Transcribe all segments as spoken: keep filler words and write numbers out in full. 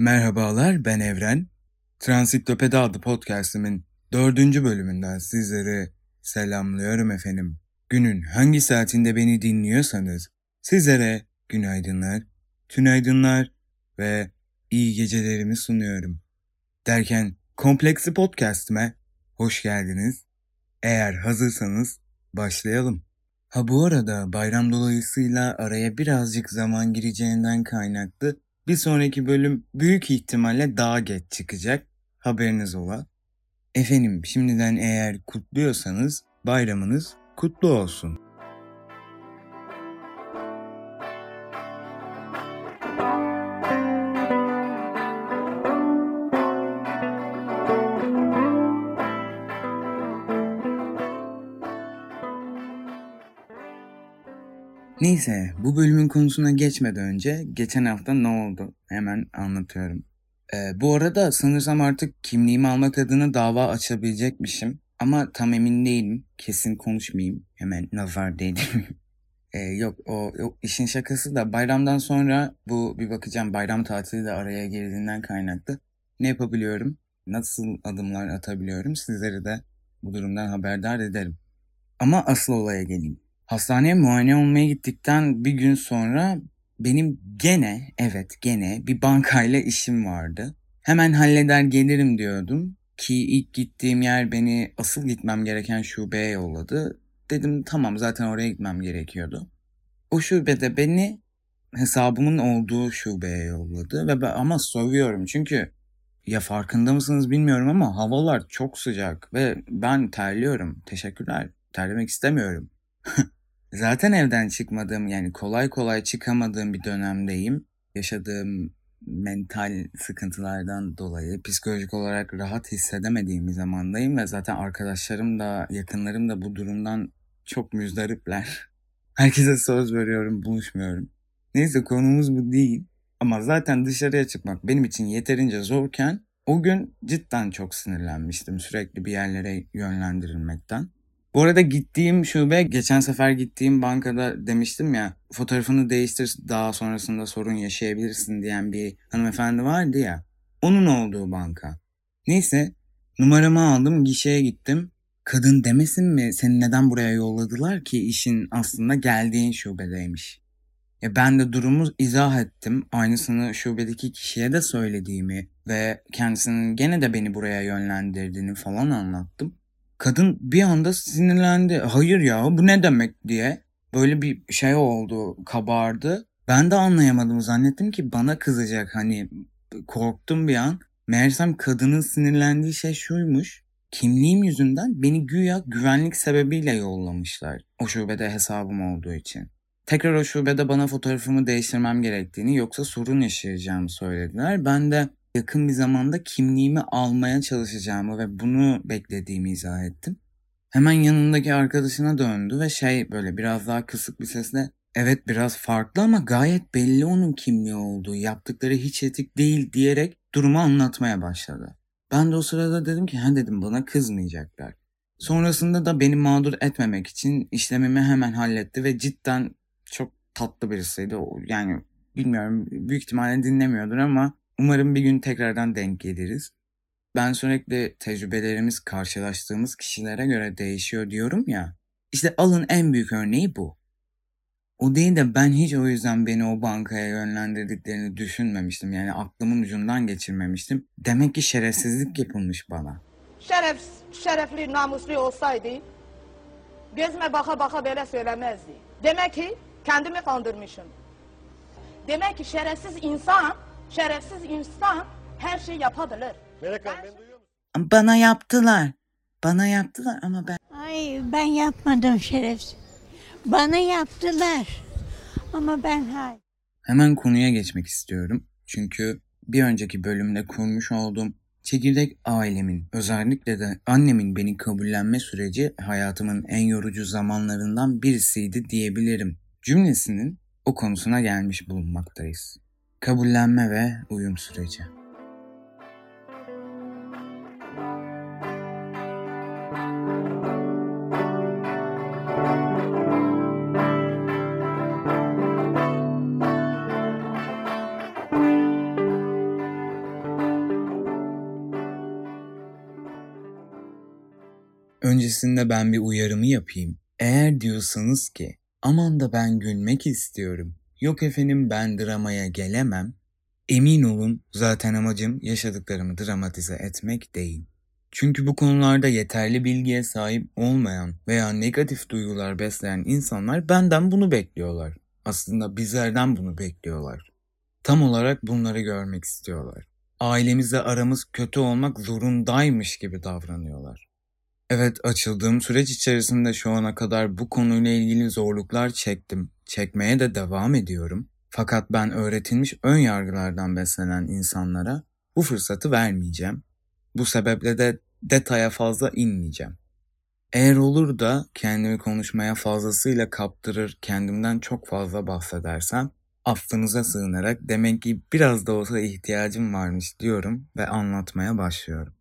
Merhabalar, ben Evren. Transiklopedi adlı podcast'imin dördüncü bölümünden sizleri selamlıyorum efendim. Günün hangi saatinde beni dinliyorsanız sizlere günaydınlar, tünaydınlar ve iyi gecelerimi sunuyorum. Derken Kompleksi Podcast'ime hoş geldiniz. Eğer hazırsanız başlayalım. Ha bu arada bayram dolayısıyla araya birazcık zaman gireceğinden kaynaklı bir sonraki bölüm büyük ihtimalle daha geç çıkacak. Haberiniz ola. Efendim şimdiden eğer kutluyorsanız bayramınız kutlu olsun. Neyse bu bölümün konusuna geçmeden önce geçen hafta ne oldu hemen anlatıyorum. Ee, bu arada sanırsam artık kimliğimi almak adına dava açabilecekmişim ama tam emin değilim. Kesin konuşmayayım, hemen nazar değdirmeyeyim. Ee, yok o, o işin şakası da bayramdan sonra bu bir bakacağım, bayram tatili de araya girdiğinden kaynaklı ne yapabiliyorum, nasıl adımlar atabiliyorum, sizleri de bu durumdan haberdar ederim. Ama asıl olaya geleyim. Hastaneye muayene olmaya gittikten bir gün sonra benim gene, evet gene bir bankayla işim vardı. Hemen halleder gelirim diyordum ki ilk gittiğim yer beni asıl gitmem gereken şubeye yolladı. Dedim tamam, zaten oraya gitmem gerekiyordu. O şubede beni hesabımın olduğu şubeye yolladı ve ben ama soruyorum çünkü ya farkında mısınız bilmiyorum ama havalar çok sıcak ve ben terliyorum. Teşekkürler. Terlemek istemiyorum. Zaten evden çıkmadığım, yani kolay kolay çıkamadığım bir dönemdeyim. Yaşadığım mental sıkıntılardan dolayı psikolojik olarak rahat hissedemediğim bir zamandayım ve zaten arkadaşlarım da yakınlarım da bu durumdan çok müzdaripler. Herkese söz veriyorum, buluşmuyorum. Neyse konumuz bu değil. Ama zaten dışarıya çıkmak benim için yeterince zorken o gün cidden çok sinirlenmiştim sürekli bir yerlere yönlendirilmekten. Bu arada gittiğim şube, geçen sefer gittiğim bankada demiştim ya, fotoğrafını değiştir daha sonrasında sorun yaşayabilirsin diyen bir hanımefendi vardı ya, onun olduğu banka. Neyse numaramı aldım, gişeye gittim. Kadın demesin mi seni neden buraya yolladılar ki, işin aslında geldiğin şubedeymiş. Ya ben de durumu izah ettim. Aynısını şubedeki kişiye de söylediğimi ve kendisinin gene de beni buraya yönlendirdiğini falan anlattım. Kadın bir anda sinirlendi. Hayır ya bu ne demek diye. Böyle bir şey oldu, kabardı. Ben de anlayamadım, zannettim ki bana kızacak, hani korktum bir an. Meğersem kadının sinirlendiği şey şuymuş. Kimliğim yüzünden beni güya güvenlik sebebiyle yollamışlar. O şubede hesabım olduğu için. Tekrar o şubede bana fotoğrafımı değiştirmem gerektiğini, yoksa sorun yaşayacağımı söylediler. Ben de yakın bir zamanda kimliğimi almaya çalışacağımı ve bunu beklediğimi izah ettim. Hemen yanındaki arkadaşına döndü ve şey böyle biraz daha kısık bir sesle, evet biraz farklı ama gayet belli onun kimliği olduğu, yaptıkları hiç etik değil diyerek durumu anlatmaya başladı. Ben de o sırada dedim ki ha dedim, bana kızmayacaklar. Sonrasında da beni mağdur etmemek için işlemimi hemen halletti ve cidden çok tatlı birisiydi. Yani bilmiyorum, büyük ihtimalle dinlemiyordur ama umarım bir gün tekrardan denk geliriz. Ben sürekli tecrübelerimiz karşılaştığımız kişilere göre değişiyor diyorum ya. İşte alın en büyük örneği bu. O değil de ben hiç o yüzden beni o bankaya yönlendirdiklerini düşünmemiştim. Yani aklımın ucundan geçirmemiştim. Demek ki şerefsizlik yapılmış bana. Şeref, şerefli, namuslu olsaydı gözüme baka baka böyle söylemezdi. Demek ki kendimi kandırmışım. Demek ki şerefsiz insan, şerefsiz insan her şey yapabilir. Melek Hanım beni duyuyor musun? Bana yaptılar. Bana yaptılar ama ben... Ay ben yapmadım şerefsiz. Bana yaptılar. Ama ben hayır. Hemen konuya geçmek istiyorum. Çünkü bir önceki bölümde kurmuş olduğum çekirdek ailemin, özellikle de annemin beni kabullenme süreci hayatımın en yorucu zamanlarından birisiydi diyebilirim. Cümlesinin o konusuna gelmiş bulunmaktayız. Kabullenme ve uyum süreci. Öncesinde ben bir uyarımı yapayım. Eğer diyorsanız ki aman da ben gülmek istiyorum, yok efendim ben dramaya gelemem, emin olun zaten amacım yaşadıklarımı dramatize etmek değil. Çünkü bu konularda yeterli bilgiye sahip olmayan veya negatif duygular besleyen insanlar benden bunu bekliyorlar. Aslında bizlerden bunu bekliyorlar. Tam olarak bunları görmek istiyorlar. Ailemizle aramız kötü olmak zorundaymış gibi davranıyorlar. Evet, açıldığım süreç içerisinde şu ana kadar bu konuyla ilgili zorluklar çektim. Çekmeye de devam ediyorum. Fakat ben öğretilmiş ön yargılardan beslenen insanlara bu fırsatı vermeyeceğim. Bu sebeple de detaya fazla inmeyeceğim. Eğer olur da kendimi konuşmaya fazlasıyla kaptırır, kendimden çok fazla bahsedersem affınıza sığınarak demek ki biraz da olsa ihtiyacım varmış diyorum ve anlatmaya başlıyorum.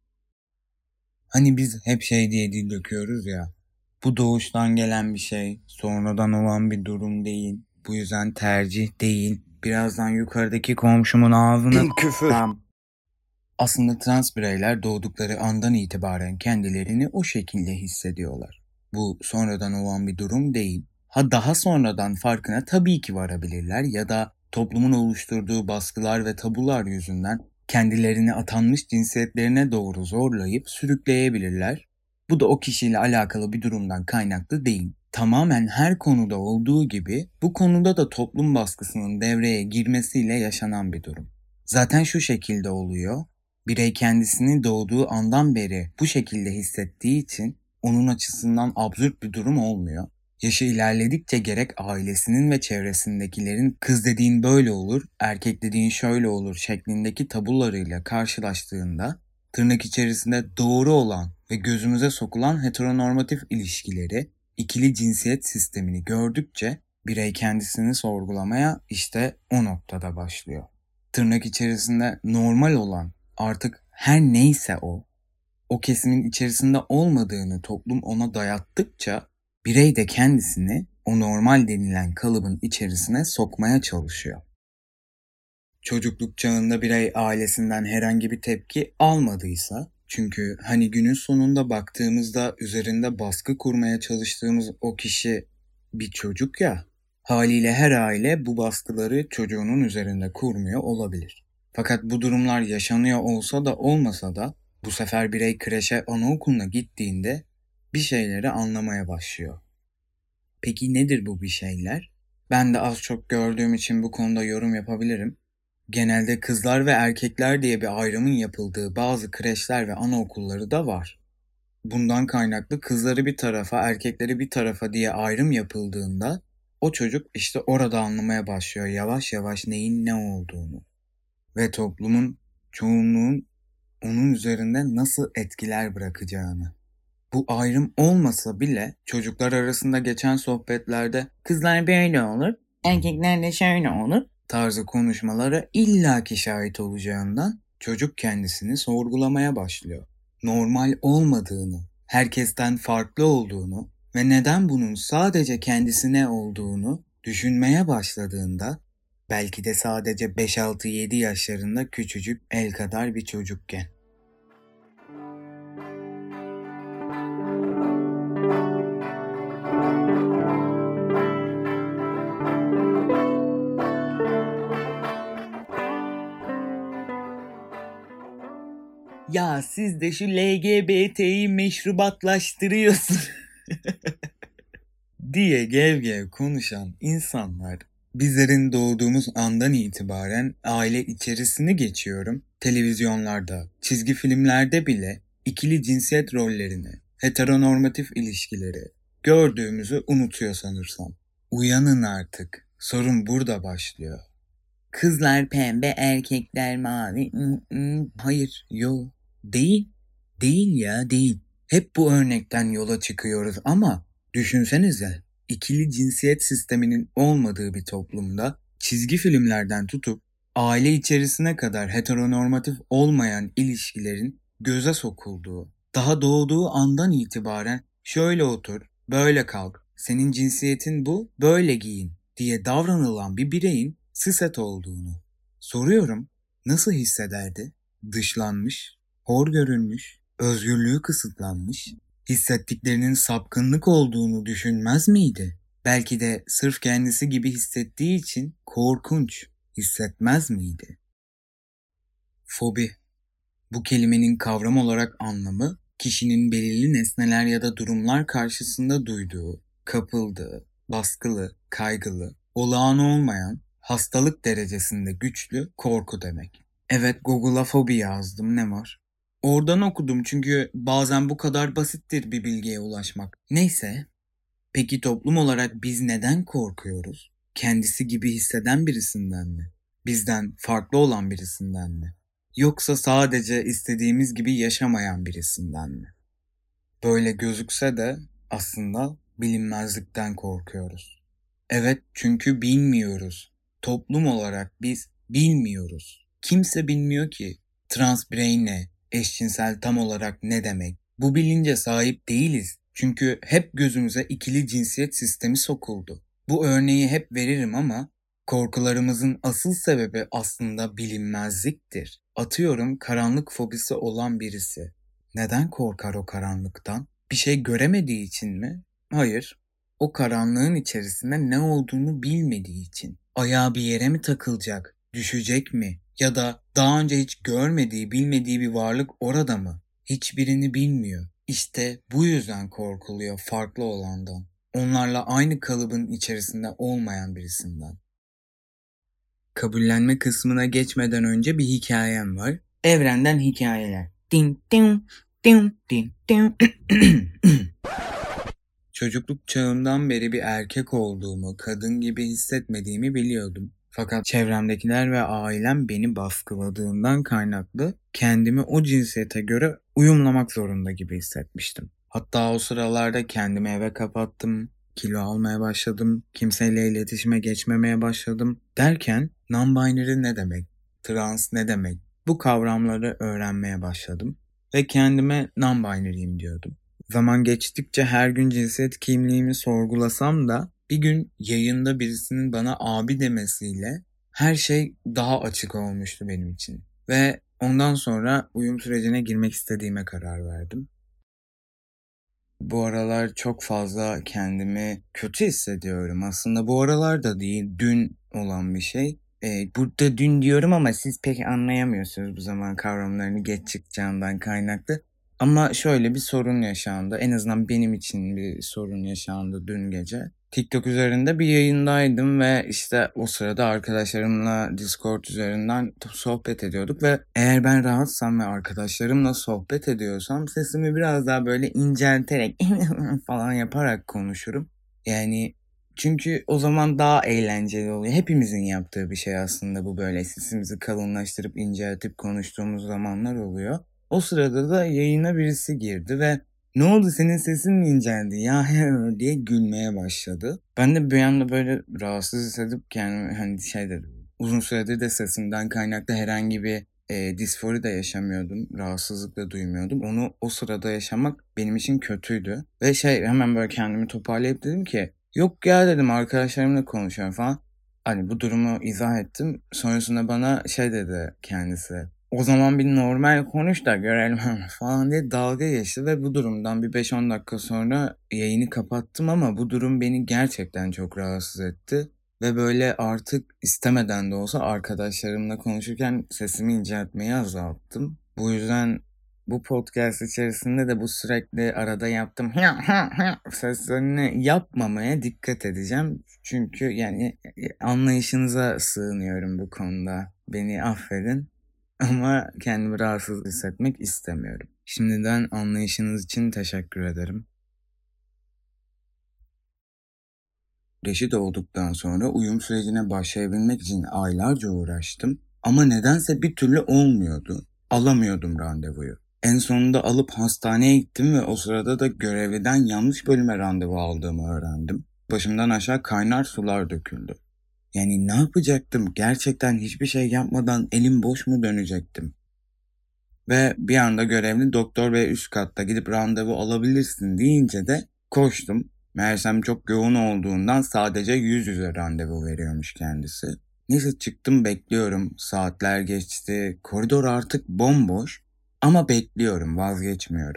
Hani biz hep şey diye dil döküyoruz ya, bu doğuştan gelen bir şey, sonradan olan bir durum değil, bu yüzden tercih değil, birazdan yukarıdaki komşumun ağzına Küfür. tam. Aslında trans bireyler doğdukları andan itibaren kendilerini o şekilde hissediyorlar. Bu sonradan olan bir durum değil. Ha daha sonradan farkına tabii ki varabilirler ya da toplumun oluşturduğu baskılar ve tabular yüzünden kendilerini atanmış cinsiyetlerine doğru zorlayıp sürükleyebilirler. Bu da o kişiyle alakalı bir durumdan kaynaklı değil. Tamamen her konuda olduğu gibi bu konuda da toplum baskısının devreye girmesiyle yaşanan bir durum. Zaten şu şekilde oluyor. Birey kendisini doğduğu andan beri bu şekilde hissettiği için onun açısından absürt bir durum olmuyor. Yaşı ilerledikçe gerek ailesinin ve çevresindekilerin kız dediğin böyle olur, erkek dediğin şöyle olur şeklindeki tabularıyla karşılaştığında tırnak içerisinde doğru olan ve gözümüze sokulan heteronormatif ilişkileri, ikili cinsiyet sistemini gördükçe birey kendisini sorgulamaya işte o noktada başlıyor. Tırnak içerisinde normal olan artık her neyse o, o kesimin içerisinde olmadığını toplum ona dayattıkça birey de kendisini o normal denilen kalıbın içerisine sokmaya çalışıyor. Çocukluk çağında birey ailesinden herhangi bir tepki almadıysa, çünkü hani günün sonunda baktığımızda üzerinde baskı kurmaya çalıştığımız o kişi bir çocuk ya, haliyle her aile bu baskıları çocuğunun üzerinde kurmuyor olabilir. Fakat bu durumlar yaşanıyor olsa da olmasa da bu sefer birey kreşe, anaokuluna gittiğinde bir şeyleri anlamaya başlıyor. Peki nedir bu bir şeyler? Ben de az çok gördüğüm için bu konuda yorum yapabilirim. Genelde kızlar ve erkekler diye bir ayrımın yapıldığı bazı kreşler ve anaokulları da var. Bundan kaynaklı kızları bir tarafa, erkekleri bir tarafa diye ayrım yapıldığında o çocuk işte orada anlamaya başlıyor yavaş yavaş neyin ne olduğunu. Ve toplumun, çoğunluğun onun üzerinde nasıl etkiler bırakacağını. Bu ayrım olmasa bile çocuklar arasında geçen sohbetlerde kızlar böyle olur, erkekler de şöyle olur tarzı konuşmalara illaki şahit olacağından çocuk kendisini sorgulamaya başlıyor. Normal olmadığını, herkesten farklı olduğunu ve neden bunun sadece kendisine olduğunu düşünmeye başladığında belki de sadece beş altı yedi yaşlarında küçücük el kadar bir çocukken. Ya siz de şu L G B T'yi meşrubatlaştırıyorsun diye gev gev konuşan insanlar, bizlerin doğduğumuz andan itibaren aile içerisini geçiyorum, televizyonlarda, çizgi filmlerde bile ikili cinsiyet rollerini, heteronormatif ilişkileri gördüğümüzü unutuyor sanırsam. Uyanın artık. Sorun burada başlıyor. Kızlar pembe, erkekler mavi. Hayır, yo. Değil. Değil ya, değil. Hep bu örnekten yola çıkıyoruz ama düşünsenize, ikili cinsiyet sisteminin olmadığı bir toplumda çizgi filmlerden tutup aile içerisine kadar heteronormatif olmayan ilişkilerin göze sokulduğu, daha doğduğu andan itibaren şöyle otur, böyle kalk, senin cinsiyetin bu, böyle giyin diye davranılan bir bireyin siset olduğunu. Soruyorum, nasıl hissederdi? Dışlanmış, hor görülmüş, özgürlüğü kısıtlanmış, Hissettiklerinin sapkınlık olduğunu düşünmez miydi? Belki de sırf kendisi gibi hissettiği için korkunç hissetmez miydi? Fobi. Bu kelimenin kavram olarak anlamı, kişinin belirli nesneler ya da durumlar karşısında duyduğu, kapıldığı, baskılı, kaygılı, olağan olmayan, hastalık derecesinde güçlü korku demek. Evet, Google'a fobi yazdım, ne var? Oradan okudum çünkü bazen bu kadar basittir bir bilgiye ulaşmak. Neyse, peki toplum olarak biz neden korkuyoruz? Kendisi gibi hisseden birisinden mi? Bizden farklı olan birisinden mi? Yoksa sadece istediğimiz gibi yaşamayan birisinden mi? Böyle gözükse de aslında bilinmezlikten korkuyoruz. Evet, çünkü bilmiyoruz. Toplum olarak biz bilmiyoruz. Kimse bilmiyor ki trans birey ne, eşcinsel tam olarak ne demek. Bu bilince sahip değiliz. Çünkü hep gözümüze ikili cinsiyet sistemi sokuldu. Bu örneği hep veririm ama korkularımızın asıl sebebi aslında bilinmezliktir. Atıyorum, karanlık fobisi olan birisi. Neden korkar o karanlıktan? Bir şey göremediği için mi? Hayır. O karanlığın içerisinde ne olduğunu bilmediği için. Ayağı bir yere mi takılacak? Düşecek mi? Ya da daha önce hiç görmediği, bilmediği bir varlık orada mı? Hiçbirini bilmiyor. İşte bu yüzden korkuluyor farklı olandan. Onlarla aynı kalıbın içerisinde olmayan birisinden. Kabullenme kısmına geçmeden önce bir hikayem var. Evrenden hikayeler. Din din din din din. Çocukluk çağımdan beri bir erkek olduğumu, kadın gibi hissetmediğimi biliyordum. Fakat çevremdekiler ve ailem beni baskıladığından kaynaklı kendimi o cinsiyete göre uyumlamak zorunda gibi hissetmiştim. Hatta o sıralarda kendimi eve kapattım, kilo almaya başladım, kimseyle iletişime geçmemeye başladım derken non-binary ne demek, trans ne demek, bu kavramları öğrenmeye başladım ve kendime non-binary'im diyordum. Zaman geçtikçe her gün cinsiyet kimliğimi sorgulasam da bir gün yayında birisinin bana abi demesiyle her şey daha açık olmuştu benim için. Ve ondan sonra uyum sürecine girmek istediğime karar verdim. Bu aralar çok fazla kendimi kötü hissediyorum. Aslında bu aralar da değil, dün olan bir şey. Ee, burada dün diyorum ama siz pek anlayamıyorsunuz bu zaman kavramlarını geç çıkacağından kaynaklı. Ama şöyle bir sorun yaşandı. En azından benim için bir sorun yaşandı dün gece. TikTok üzerinde bir yayındaydım ve işte o sırada arkadaşlarımla Discord üzerinden sohbet ediyorduk ve eğer ben rahatsam ve arkadaşlarımla sohbet ediyorsam sesimi biraz daha böyle incelterek falan yaparak konuşurum. Yani çünkü o zaman daha eğlenceli oluyor. Hepimizin yaptığı bir şey aslında bu, böyle sesimizi kalınlaştırıp inceltip konuştuğumuz zamanlar oluyor. O sırada da yayına birisi girdi ve "Ne oldu, senin sesin mi inceldi ya?" diye gülmeye başladı. Ben de bir anda böyle rahatsız hissedip kendime hani şey dedim. Uzun süredir de sesimden kaynaklı herhangi bir e, disfori de yaşamıyordum. Rahatsızlık da duymuyordum. Onu o sırada yaşamak benim için kötüydü. Ve şey, hemen böyle kendimi toparlayıp dedim ki yok ya dedim, arkadaşlarımla konuşuyorum falan. Hani bu durumu izah ettim. Sonrasında bana şey dedi kendisi. "O zaman bir normal konuş da görelim" falan diye dalga geçti ve bu durumdan bir beş on dakika sonra yayını kapattım ama bu durum beni gerçekten çok rahatsız etti. Ve böyle artık istemeden de olsa arkadaşlarımla konuşurken sesimi inceltmeyi azalttım. Bu yüzden bu podcast içerisinde de bu sürekli arada yaptım seslerini yapmamaya dikkat edeceğim. Çünkü yani anlayışınıza sığınıyorum bu konuda. Beni affedin. Ama kendimi rahatsız hissetmek istemiyorum. Şimdiden anlayışınız için teşekkür ederim. Reşit olduktan sonra uyum sürecine başlayabilmek için aylarca uğraştım. Ama nedense bir türlü olmuyordu. Alamıyordum randevuyu. En sonunda alıp hastaneye gittim ve o sırada da görevliden yanlış bölüme randevu aldığımı öğrendim. Başımdan aşağı kaynar sular döküldü. Yani ne yapacaktım? Gerçekten hiçbir şey yapmadan elim boş mu dönecektim? Ve bir anda görevli doktor bey üst katta gidip randevu alabilirsin deyince de koştum. Meğersem çok yoğun olduğundan sadece yüz yüze randevu veriyormuş kendisi. Neyse çıktım, bekliyorum. Saatler geçti. Koridor artık bomboş. Ama bekliyorum, vazgeçmiyorum.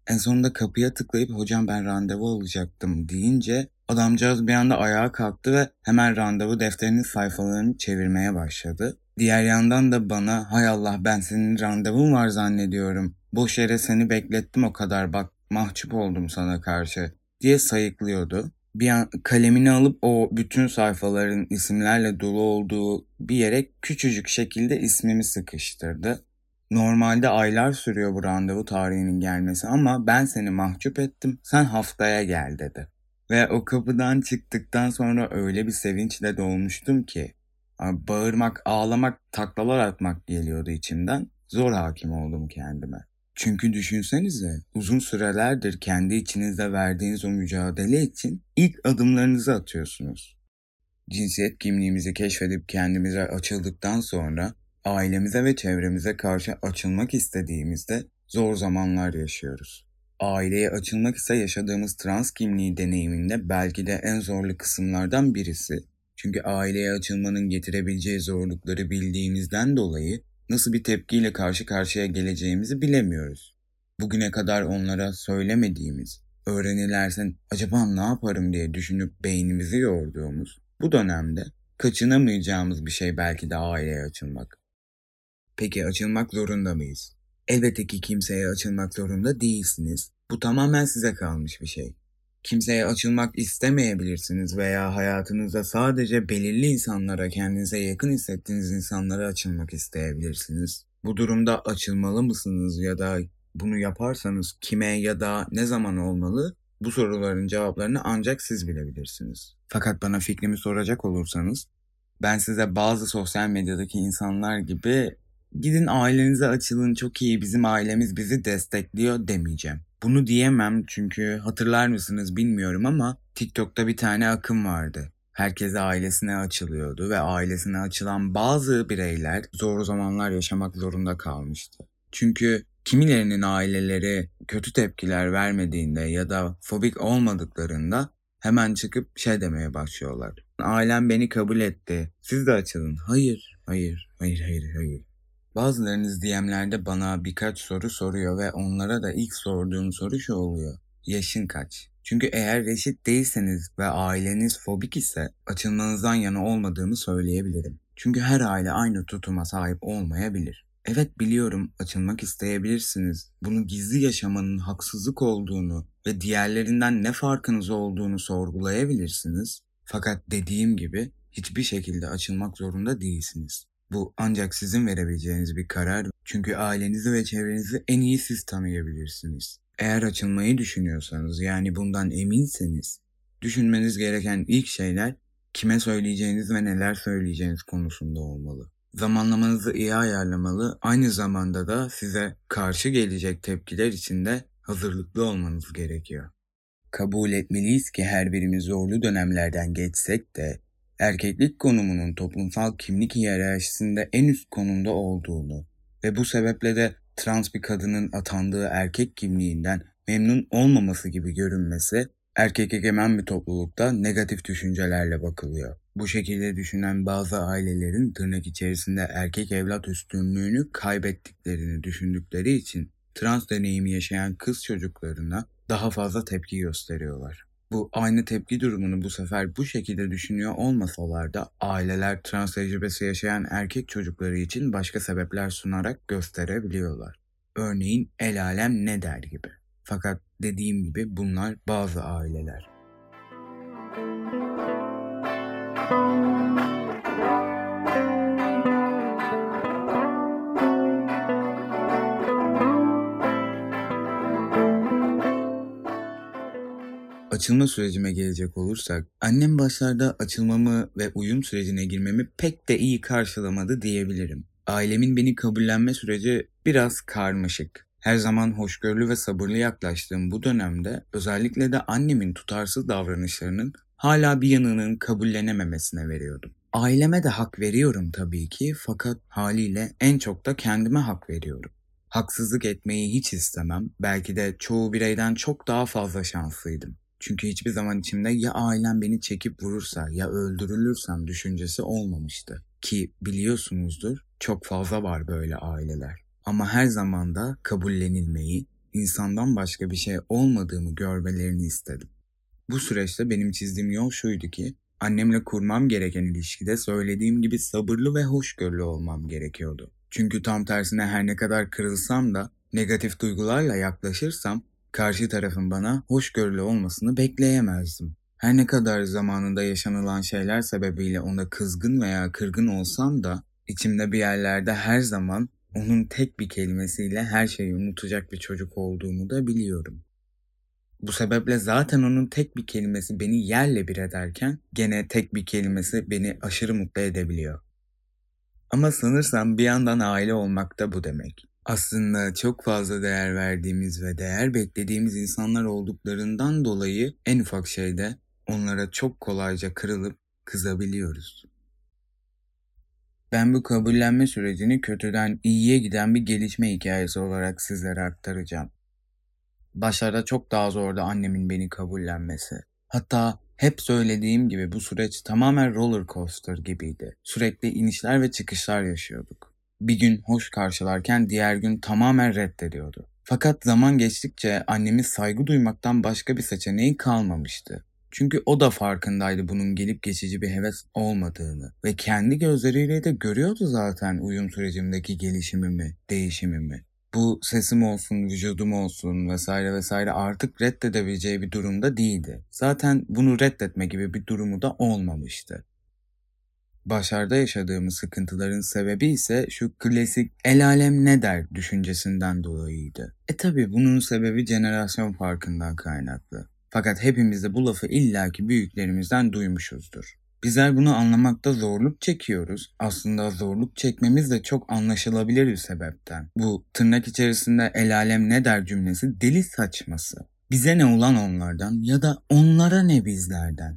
En sonunda kapıya tıklayıp hocam ben randevu alacaktım deyince adamcağız bir anda ayağa kalktı ve hemen randevu defterinin sayfalarını çevirmeye başladı. Diğer yandan da bana hay Allah ben senin randevun var zannediyorum. Boş yere seni beklettim o kadar bak mahcup oldum sana karşı diye sayıklıyordu. Bir an kalemini alıp o bütün sayfaların isimlerle dolu olduğu bir yere küçücük şekilde ismimi sıkıştırdı. Normalde aylar sürüyor bu randevu tarihinin gelmesi ama ben seni mahcup ettim, sen haftaya gel dedi. Ve o kapıdan çıktıktan sonra öyle bir sevinçle dolmuştum ki bağırmak, ağlamak, taklalar atmak geliyordu içimden. Zor hakim oldum kendime. Çünkü düşünsenize uzun sürelerdir kendi içinizde verdiğiniz o mücadele için ilk adımlarınızı atıyorsunuz. Cinsiyet kimliğimizi keşfedip kendimize açıldıktan sonra ailemize ve çevremize karşı açılmak istediğimizde zor zamanlar yaşıyoruz. Aileye açılmak ise yaşadığımız trans kimliği deneyiminde belki de en zorlu kısımlardan birisi. Çünkü aileye açılmanın getirebileceği zorlukları bildiğimizden dolayı nasıl bir tepkiyle karşı karşıya geleceğimizi bilemiyoruz. Bugüne kadar onlara söylemediğimiz, öğrenilerse acaba ne yaparım diye düşünüp beynimizi yorduğumuz bu dönemde kaçınamayacağımız bir şey belki de aileye açılmak. Peki açılmak zorunda mıyız? Elbette ki kimseye açılmak zorunda değilsiniz. Bu tamamen size kalmış bir şey. Kimseye açılmak istemeyebilirsiniz veya hayatınızda sadece belirli insanlara, kendinize yakın hissettiğiniz insanlara açılmak isteyebilirsiniz. Bu durumda açılmalı mısınız ya da bunu yaparsanız kime ya da ne zaman olmalı? Bu soruların cevaplarını ancak siz bilebilirsiniz. Fakat bana fikrimi soracak olursanız, ben size bazı sosyal medyadaki insanlar gibi gidin ailenize açılın çok iyi bizim ailemiz bizi destekliyor demeyeceğim. Bunu diyemem çünkü hatırlar mısınız bilmiyorum ama TikTok'ta bir tane akım vardı. Herkes ailesine açılıyordu ve ailesine açılan bazı bireyler zor zamanlar yaşamak zorunda kalmıştı. Çünkü kimilerinin aileleri kötü tepkiler vermediğinde ya da fobik olmadıklarında hemen çıkıp şey demeye başlıyorlar. Ailem beni kabul etti. Siz de açılın. Hayır, hayır, hayır, hayır, hayır. Bazılarınız D M'lerde bana birkaç soru soruyor ve onlara da ilk sorduğum soru şu oluyor. Yaşın kaç? Çünkü eğer reşit değilseniz ve aileniz fobik ise açılmanızdan yana olmadığımı söyleyebilirim. Çünkü her aile aynı tutuma sahip olmayabilir. Evet biliyorum açılmak isteyebilirsiniz. Bunu gizli yaşamanın haksızlık olduğunu ve diğerlerinden ne farkınız olduğunu sorgulayabilirsiniz. Fakat dediğim gibi hiçbir şekilde açılmak zorunda değilsiniz. Bu ancak sizin verebileceğiniz bir karar çünkü ailenizi ve çevrenizi en iyi siz tanıyabilirsiniz. Eğer açılmayı düşünüyorsanız yani bundan eminseniz düşünmeniz gereken ilk şeyler kime söyleyeceğiniz ve neler söyleyeceğiniz konusunda olmalı. Zamanlamanızı iyi ayarlamalı, aynı zamanda da size karşı gelecek tepkiler için de hazırlıklı olmanız gerekiyor. Kabul etmeliyiz ki her birimiz zorlu dönemlerden geçsek de erkeklik konumunun toplumsal kimlik hiyerarşisinde en üst konumda olduğunu ve bu sebeple de trans bir kadının atandığı erkek kimliğinden memnun olmaması gibi görünmesi erkek egemen bir toplulukta negatif düşüncelerle bakılıyor. Bu şekilde düşünen bazı ailelerin tırnak içerisinde erkek evlat üstünlüğünü kaybettiklerini düşündükleri için trans deneyimi yaşayan kız çocuklarına daha fazla tepki gösteriyorlar. Bu aynı tepki durumunu bu sefer bu şekilde düşünüyor olmasalar da aileler trans tecrübesi yaşayan erkek çocukları için başka sebepler sunarak gösterebiliyorlar. Örneğin el alem ne der gibi. Fakat dediğim gibi bunlar bazı aileler. Açılma sürecime gelecek olursak, annem başlarda açılmamı ve uyum sürecine girmemi pek de iyi karşılamadı diyebilirim. Ailemin beni kabullenme süreci biraz karmaşık. Her zaman hoşgörülü ve sabırlı yaklaştığım bu dönemde özellikle de annemin tutarsız davranışlarının hala bir yanının kabullenememesine veriyordum. Aileme de hak veriyorum tabii ki fakat haliyle en çok da kendime hak veriyorum. Haksızlık etmeyi hiç istemem. Belki de çoğu bireyden çok daha fazla şanslıydım. Çünkü hiçbir zaman içimde ya ailem beni çekip vurursa ya öldürülürsem düşüncesi olmamıştı. Ki biliyorsunuzdur çok fazla var böyle aileler. Ama her zaman da kabullenilmeyi, insandan başka bir şey olmadığımı görmelerini istedim. Bu süreçte benim çizdiğim yol şuydu ki, annemle kurmam gereken ilişkide söylediğim gibi sabırlı ve hoşgörülü olmam gerekiyordu. Çünkü tam tersine her ne kadar kırılsam da negatif duygularla yaklaşırsam karşı tarafın bana hoşgörülü olmasını bekleyemezdim. Her ne kadar zamanında yaşanılan şeyler sebebiyle ona kızgın veya kırgın olsam da içimde bir yerlerde her zaman onun tek bir kelimesiyle her şeyi unutacak bir çocuk olduğumu da biliyorum. Bu sebeple zaten onun tek bir kelimesi beni yerle bir ederken gene tek bir kelimesi beni aşırı mutlu edebiliyor. Ama sanırsam bir yandan aile olmak da bu demek. Aslında çok fazla değer verdiğimiz ve değer beklediğimiz insanlar olduklarından dolayı en ufak şeyde onlara çok kolayca kırılıp kızabiliyoruz. Ben bu kabullenme sürecini kötüden iyiye giden bir gelişme hikayesi olarak sizlere aktaracağım. Başlarda çok daha zordu annemin beni kabullenmesi. Hatta hep söylediğim gibi bu süreç tamamen roller coaster gibiydi. Sürekli inişler ve çıkışlar yaşıyorduk. Bir gün hoş karşılarken diğer gün tamamen reddediyordu. Fakat zaman geçtikçe annemin saygı duymaktan başka bir seçeneği kalmamıştı. Çünkü o da farkındaydı bunun gelip geçici bir heves olmadığını ve kendi gözleriyle de görüyordu zaten uyum sürecimdeki gelişimimi, değişimimi. Bu sesim olsun, vücudum olsun vesaire vesaire artık reddedebileceği bir durumda değildi. Zaten bunu reddetme gibi bir durumu da olmamıştı. Başarıda yaşadığımız sıkıntıların sebebi ise şu klasik el alem ne der düşüncesinden dolayıydı. E tabi bunun sebebi jenerasyon farkından kaynaklı. Fakat hepimiz de bu lafı illaki büyüklerimizden duymuşuzdur. Bizler bunu anlamakta zorluk çekiyoruz. Aslında zorluk çekmemiz de çok anlaşılabilir bir sebepten. Bu tırnak içerisinde el alem ne der cümlesi deli saçması. Bize ne ulan onlardan ya da onlara ne bizlerden.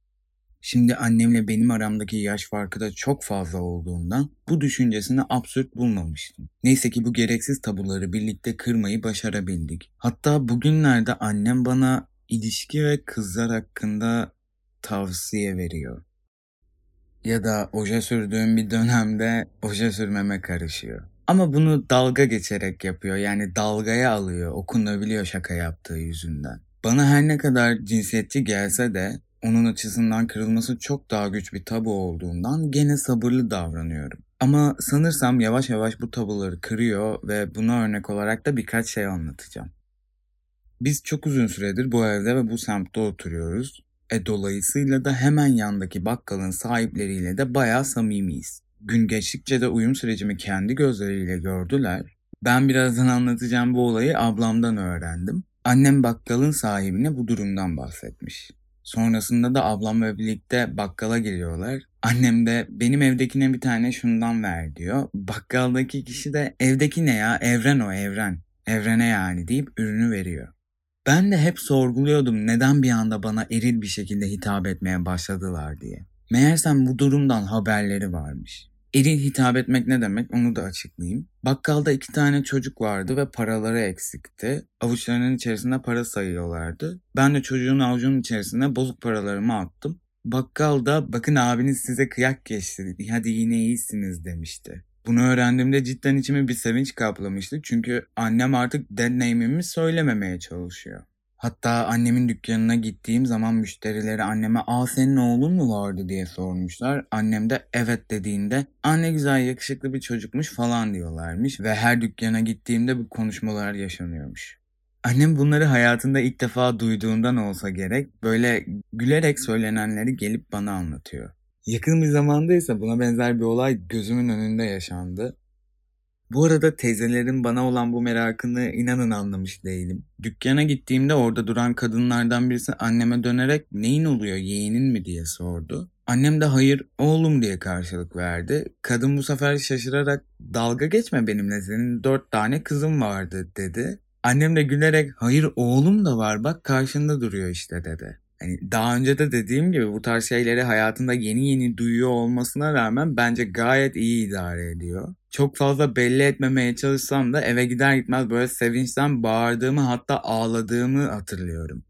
Şimdi annemle benim aramdaki yaş farkı da çok fazla olduğundan bu düşüncesini absürt bulmamıştım. Neyse ki bu gereksiz tabuları birlikte kırmayı başarabildik. Hatta bugünlerde annem bana ilişki ve kızlar hakkında tavsiye veriyor. Ya da oje sürdüğüm bir dönemde oje sürmeme karışıyor. Ama bunu dalga geçerek yapıyor, yani dalgaya alıyor, okunabiliyor şaka yaptığı yüzünden. Bana her ne kadar cinsiyetçi gelse de onun açısından kırılması çok daha güç bir tabu olduğundan gene sabırlı davranıyorum. Ama sanırsam yavaş yavaş bu tabuları kırıyor ve buna örnek olarak da birkaç şey anlatacağım. Biz çok uzun süredir bu evde ve bu semtte oturuyoruz. E dolayısıyla da hemen yandaki bakkalın sahipleriyle de bayağı samimiyiz. Gün geçtikçe de uyum sürecimi kendi gözleriyle gördüler. Ben birazdan anlatacağım bu olayı ablamdan öğrendim. Annem bakkalın sahibine bu durumdan bahsetmiş. Sonrasında da ablamla birlikte bakkala giriyorlar. Annem de benim evdekine bir tane şundan ver diyor. Bakkaldaki kişi de evdeki ne ya, evren o evren. Evrene yani deyip ürünü veriyor. Ben de hep sorguluyordum neden bir anda bana eril bir şekilde hitap etmeye başladılar diye. Meğersem bu durumdan haberleri varmış. Eril hitap etmek ne demek onu da açıklayayım. Bakkalda iki tane çocuk vardı ve paraları eksikti. Avuçlarının içerisinde para sayıyorlardı. Ben de çocuğun avucunun içerisine bozuk paralarımı attım. Bakkal da bakın abiniz size kıyak geçti, hadi yine iyisiniz demişti. Bunu öğrendiğimde cidden içimi bir sevinç kaplamıştı çünkü annem artık dead name'imi söylememeye çalışıyor. Hatta annemin dükkanına gittiğim zaman müşterileri anneme "Aa senin oğlun mu vardı?" diye sormuşlar. Annem de evet dediğinde "Aa ne güzel yakışıklı bir çocukmuş" falan diyorlarmış ve her dükkana gittiğimde bu konuşmalar yaşanıyormuş. Annem bunları hayatında ilk defa duyduğundan olsa gerek böyle gülerek söylenenleri gelip bana anlatıyor. Yakın bir zamanda ise buna benzer bir olay gözümün önünde yaşandı. Bu arada teyzelerin bana olan bu merakını inanın anlamış değilim. Dükkana gittiğimde orada duran kadınlardan birisi anneme dönerek "Neyin oluyor, yeğenin mi?" diye sordu. Annem de "Hayır oğlum" diye karşılık verdi. Kadın bu sefer şaşırarak "Dalga geçme benimle, senin dört tane kızım vardı" dedi. Annem de gülerek "Hayır oğlum da var, bak karşında duruyor işte" dedi. Hani daha önce de dediğim gibi bu tarz şeyleri hayatında yeni yeni duyuyor olmasına rağmen bence gayet iyi idare ediyor. Çok fazla belli etmemeye çalışsam da eve gider gitmez böyle sevinçten bağırdığımı, hatta ağladığımı hatırlıyorum.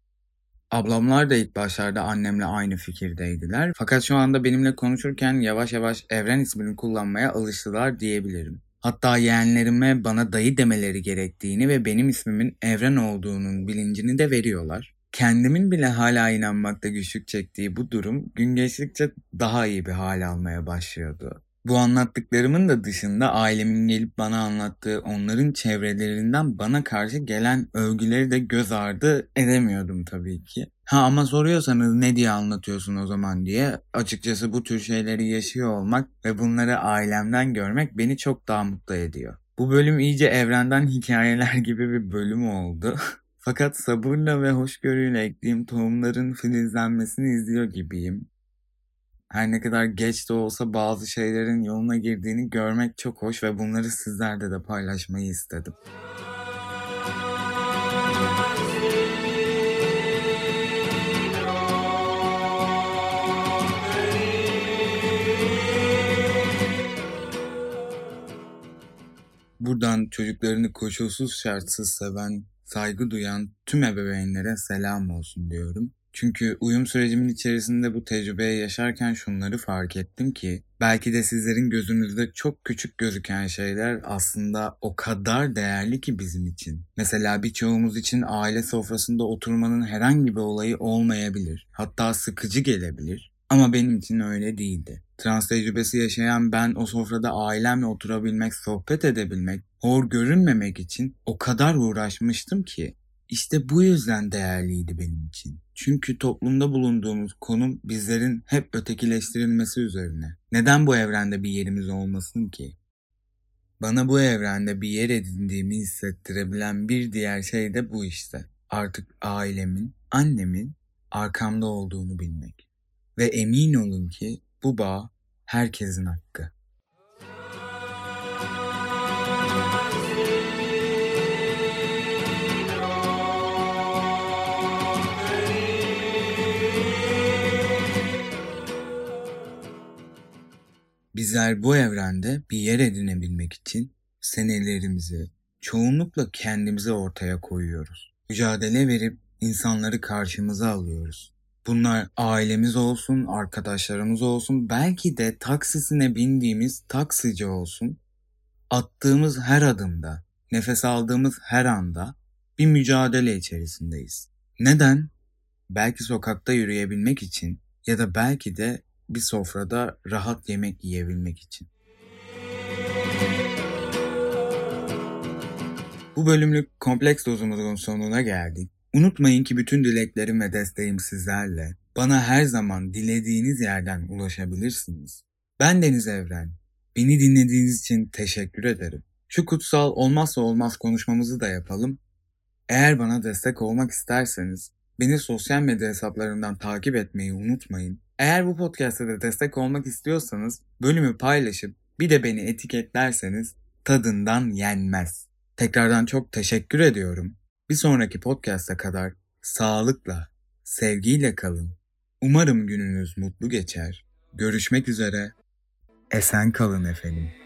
Ablamlar da ilk başlarda annemle aynı fikirdeydiler. Fakat şu anda benimle konuşurken yavaş yavaş Evren ismini kullanmaya alıştılar diyebilirim. Hatta yeğenlerime bana dayı demeleri gerektiğini ve benim ismimin Evren olduğunun bilincini de veriyorlar. Kendimin bile hala inanmakta güçlük çektiği bu durum gün geçtikçe daha iyi bir hal almaya başlıyordu. Bu anlattıklarımın da dışında ailemin gelip bana anlattığı onların çevrelerinden bana karşı gelen övgüleri de göz ardı edemiyordum tabii ki. Ha ama soruyorsanız ne diye anlatıyorsun o zaman diye, açıkçası bu tür şeyleri yaşıyor olmak ve bunları ailemden görmek beni çok daha mutlu ediyor. Bu bölüm iyice evrenden hikayeler gibi bir bölüm oldu. Fakat sabırla ve hoşgörüyle ektiğim tohumların filizlenmesini izliyor gibiyim. Her ne kadar geç de olsa bazı şeylerin yoluna girdiğini görmek çok hoş ve bunları sizlerle de paylaşmayı istedim. Buradan çocuklarını koşulsuz şartsız seven, saygı duyan tüm ebeveynlere selam olsun diyorum. Çünkü uyum sürecimin içerisinde bu tecrübeyi yaşarken şunları fark ettim ki belki de sizlerin gözünüzde çok küçük gözüken şeyler aslında o kadar değerli ki bizim için. Mesela birçoğumuz için aile sofrasında oturmanın herhangi bir olayı olmayabilir. Hatta sıkıcı gelebilir. Ama benim için öyle değildi. Trans tecrübesi yaşayan ben o sofrada ailemle oturabilmek, sohbet edebilmek, hor görünmemek için o kadar uğraşmıştım ki işte bu yüzden değerliydi benim için. Çünkü toplumda bulunduğumuz konum bizlerin hep ötekileştirilmesi üzerine. Neden bu evrende bir yerimiz olmasın ki? Bana bu evrende bir yer edindiğimi hissettirebilen bir diğer şey de bu işte. Artık ailemin, annemin arkamda olduğunu bilmek. Ve emin olun ki bu bağ herkesin hakkı. Bizler bu evrende bir yer edinebilmek için senelerimizi, çoğunlukla kendimizi ortaya koyuyoruz. Mücadele verip insanları karşımıza alıyoruz. Bunlar ailemiz olsun, arkadaşlarımız olsun, belki de taksisine bindiğimiz taksici olsun. Attığımız her adımda, nefes aldığımız her anda bir mücadele içerisindeyiz. Neden? Belki sokakta yürüyebilmek için ya da belki de bir sofrada rahat yemek yiyebilmek için. Bu bölümlük kompleks dozumuzun sonuna geldik. Unutmayın ki bütün dileklerim ve desteğim sizlerle. Bana her zaman dilediğiniz yerden ulaşabilirsiniz. Ben Deniz Evren. Beni dinlediğiniz için teşekkür ederim. Şu kutsal olmazsa olmaz konuşmamızı da yapalım. Eğer bana destek olmak isterseniz beni sosyal medya hesaplarımdan takip etmeyi unutmayın. Eğer bu podcast'te de destek olmak istiyorsanız bölümü paylaşıp bir de beni etiketlerseniz tadından yenmez. Tekrardan çok teşekkür ediyorum. Bir sonraki podcast'a kadar sağlıkla, sevgiyle kalın. Umarım gününüz mutlu geçer. Görüşmek üzere. Esen kalın efendim.